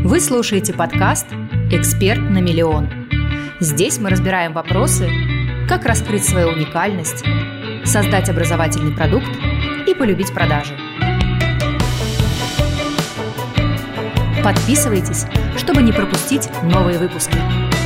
Вы слушаете подкаст «Эксперт на миллион». Здесь мы разбираем вопросы, как раскрыть свою уникальность, создать образовательный продукт и полюбить продажи. Подписывайтесь, чтобы не пропустить новые выпуски.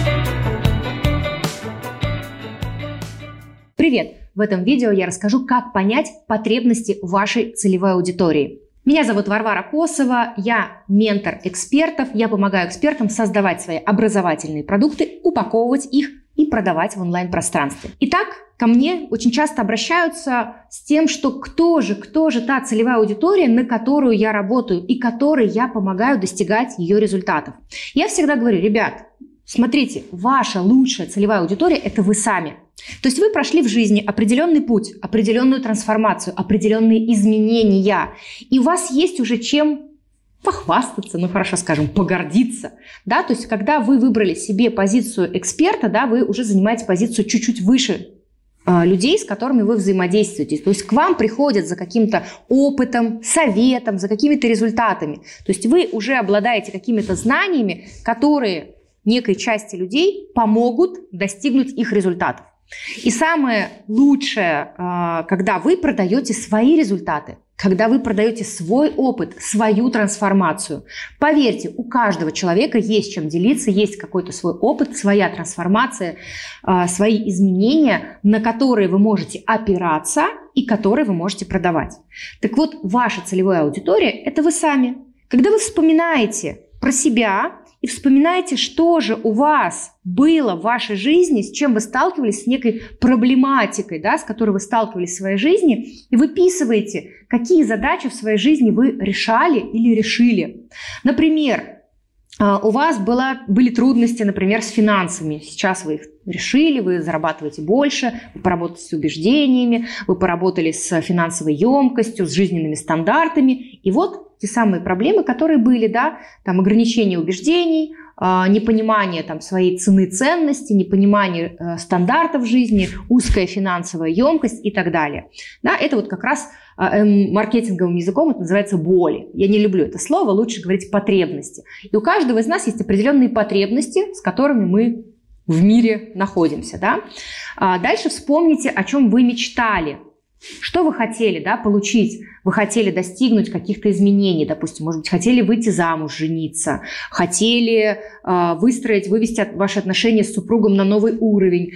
Привет! В этом видео я расскажу, как понять потребности вашей целевой аудитории. Меня зовут Варвара Косова, я ментор экспертов, я помогаю экспертам создавать свои образовательные продукты, упаковывать их и продавать в онлайн-пространстве. Итак, ко мне очень часто обращаются с тем, что кто же та целевая аудитория, на которую я работаю и которой я помогаю достигать ее результатов. Я всегда говорю, ребят, смотрите, ваша лучшая целевая аудитория – это вы сами. То есть вы прошли в жизни определенный путь, определенную трансформацию, определенные изменения, и у вас есть уже чем похвастаться, хорошо скажем, погордиться. Да? То есть когда вы выбрали себе позицию эксперта, да, вы уже занимаете позицию чуть-чуть выше людей, с которыми вы взаимодействуете. То есть к вам приходят за каким-то опытом, советом, за какими-то результатами. То есть вы уже обладаете какими-то знаниями, которые некой части людей помогут достигнуть их результатов. И самое лучшее, когда вы продаете свои результаты, когда вы продаете свой опыт, свою трансформацию. Поверьте, у каждого человека есть чем делиться, есть какой-то свой опыт, своя трансформация, свои изменения, на которые вы можете опираться и которые вы можете продавать. Так вот, ваша целевая аудитория – это вы сами. Когда вы вспоминаете про себя и вспоминаете, что же у вас было в вашей жизни, с чем вы сталкивались, с некой проблематикой, да, с которой вы сталкивались в своей жизни, и выписываете, какие задачи в своей жизни вы решали или решили. Например, у вас были трудности, например, с финансами. Сейчас вы их решили, вы зарабатываете больше, вы поработали с убеждениями, вы поработали с финансовой емкостью, с жизненными стандартами. И вот те самые проблемы, которые были, да, там ограничение убеждений, непонимание там своей цены, ценности, непонимание стандартов жизни, узкая финансовая емкость и так далее. Да, это вот как раз маркетинговым языком это называется боли. Я не люблю это слово, лучше говорить потребности. И у каждого из нас есть определенные потребности, с которыми мы в мире находимся. Да? Дальше вспомните, о чем вы мечтали. Что вы хотели, да, получить? Вы хотели достигнуть каких-то изменений, допустим, может быть, хотели выйти замуж, жениться, хотели вывести ваши отношения с супругом на новый уровень,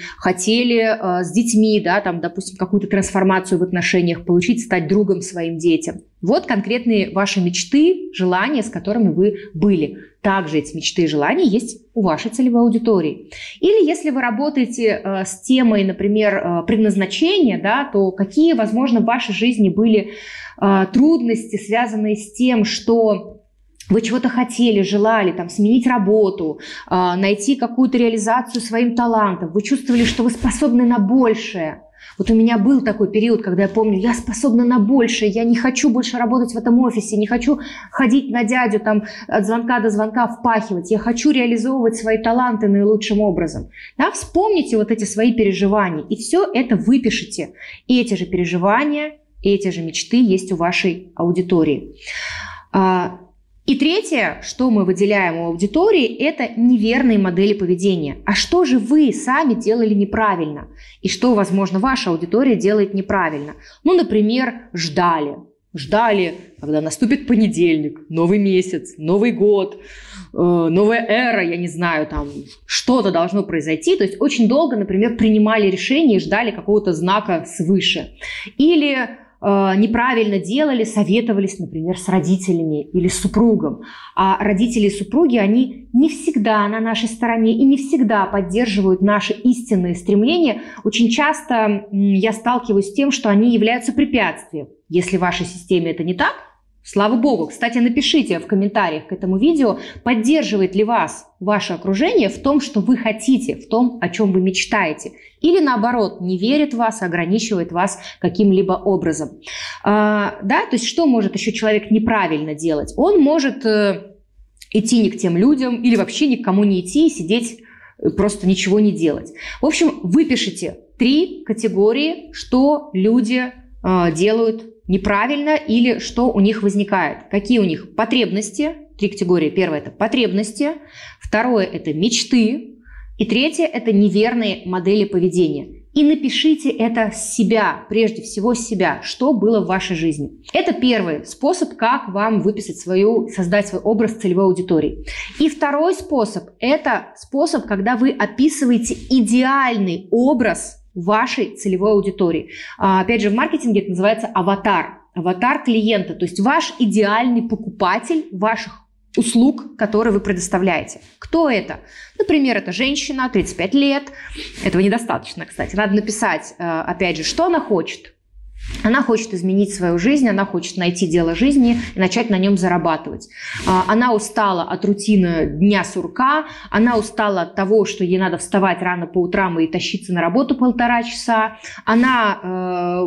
хотели с детьми, да, там, допустим, какую-то трансформацию в отношениях получить, стать другом своим детям. Вот конкретные ваши мечты, желания, с которыми вы были. Также эти мечты и желания есть у вашей целевой аудитории. Или если вы работаете с темой, например, предназначения, да, то какие, возможно, в вашей жизни были трудности, связанные с тем, что вы чего-то хотели, желали, там, сменить работу, найти какую-то реализацию своим талантом, вы чувствовали, что вы способны на большее. Вот у меня был такой период, когда я помню, я способна на большее, я не хочу больше работать в этом офисе, не хочу ходить на дядю там, от звонка до звонка впахивать, я хочу реализовывать свои таланты наилучшим образом. Да, вспомните вот эти свои переживания и все это выпишите. И эти же переживания, эти же мечты есть у вашей аудитории. И третье, что мы выделяем у аудитории, это неверные модели поведения. А что же вы сами делали неправильно? И что, возможно, ваша аудитория делает неправильно? Например, ждали, когда наступит понедельник, новый месяц, Новый год, новая эра, я не знаю, там что-то должно произойти. То есть очень долго, например, принимали решения и ждали какого-то знака свыше. Или неправильно делали, советовались, например, с родителями или с супругом. А родители и супруги, они не всегда на нашей стороне и не всегда поддерживают наши истинные стремления. Очень часто я сталкиваюсь с тем, что они являются препятствием. Если в вашей системе это не так, слава богу. Кстати, напишите в комментариях к этому видео, поддерживает ли вас ваше окружение в том, что вы хотите, в том, о чем вы мечтаете. Или наоборот, не верит в вас, ограничивает вас каким-либо образом. Да, то есть что может еще человек неправильно делать? Он может идти не к тем людям или вообще ни к кому не идти и сидеть, просто ничего не делать. В общем, выпишите 3 категории, что люди делают неправильно или что у них возникает. Какие у них потребности, 3 категории. Первое – это потребности, второе – это мечты, и третье – это неверные модели поведения. И напишите это с себя, прежде всего с себя, что было в вашей жизни. Это первый способ, как вам выписать создать свой образ целевой аудитории. И второй способ – это способ, когда вы описываете идеальный образ вашей целевой аудитории. Опять же, в маркетинге это называется аватар. Аватар клиента, то есть ваш идеальный покупатель ваших услуг, которые вы предоставляете. Кто это? Например, это женщина, 35 лет. Этого недостаточно, кстати. Надо написать, опять же, что она хочет. Она хочет изменить свою жизнь, она хочет найти дело жизни и начать на нем зарабатывать. Она устала от рутины дня сурка, она устала от того, что ей надо вставать рано по утрам и тащиться на работу 1,5 часа. Она,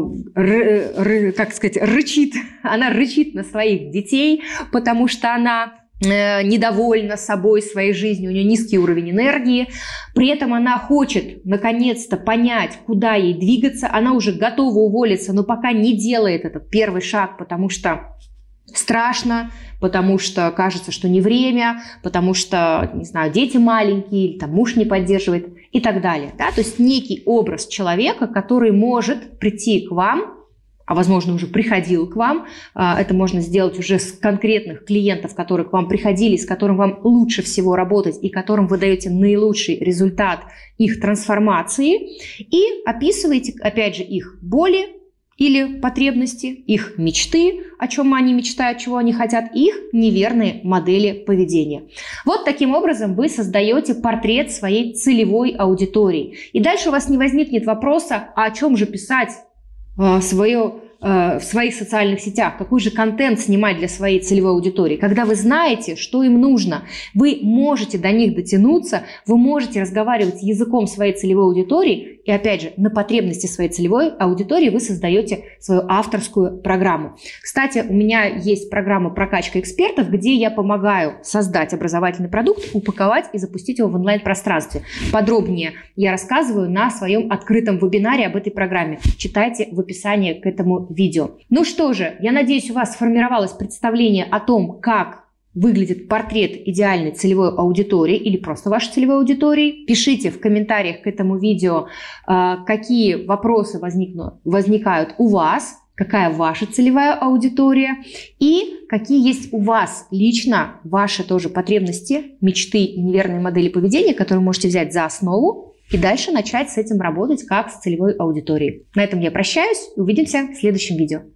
рычит. Она рычит на своих детей, потому что она недовольна собой, своей жизнью, у нее низкий уровень энергии. При этом она хочет наконец-то понять, куда ей двигаться. Она уже готова уволиться, но пока не делает этот первый шаг, потому что страшно, потому что кажется, что не время, потому что, не знаю, дети маленькие, или там муж не поддерживает и так далее. Да? То есть некий образ человека, который может прийти к вам, а возможно уже приходил к вам. Это можно сделать уже с конкретных клиентов, которые к вам приходили, с которым вам лучше всего работать и которым вы даете наилучший результат их трансформации. И описываете, опять же, их боли или потребности, их мечты, о чем они мечтают, чего они хотят, их неверные модели поведения. Вот таким образом вы создаете портрет своей целевой аудитории. И дальше у вас не возникнет вопроса, а о чем же писать в своих социальных сетях, какой же контент снимать для своей целевой аудитории. Когда вы знаете, что им нужно, вы можете до них дотянуться, вы можете разговаривать языком своей целевой аудитории, и опять же, на потребности своей целевой аудитории вы создаете свою авторскую программу. Кстати, у меня есть программа «Прокачка экспертов», где я помогаю создать образовательный продукт, упаковать и запустить его в онлайн-пространстве. Подробнее я рассказываю на своем открытом вебинаре об этой программе. Читайте в описании к этому видео. Ну что же, я надеюсь, у вас сформировалось представление о том, как выглядит портрет идеальной целевой аудитории или просто вашей целевой аудитории. Пишите в комментариях к этому видео, какие вопросы возникают у вас, какая ваша целевая аудитория и какие есть у вас лично ваши тоже потребности, мечты и неверные модели поведения, которые вы можете взять за основу и дальше начать с этим работать как с целевой аудиторией. На этом я прощаюсь. Увидимся в следующем видео.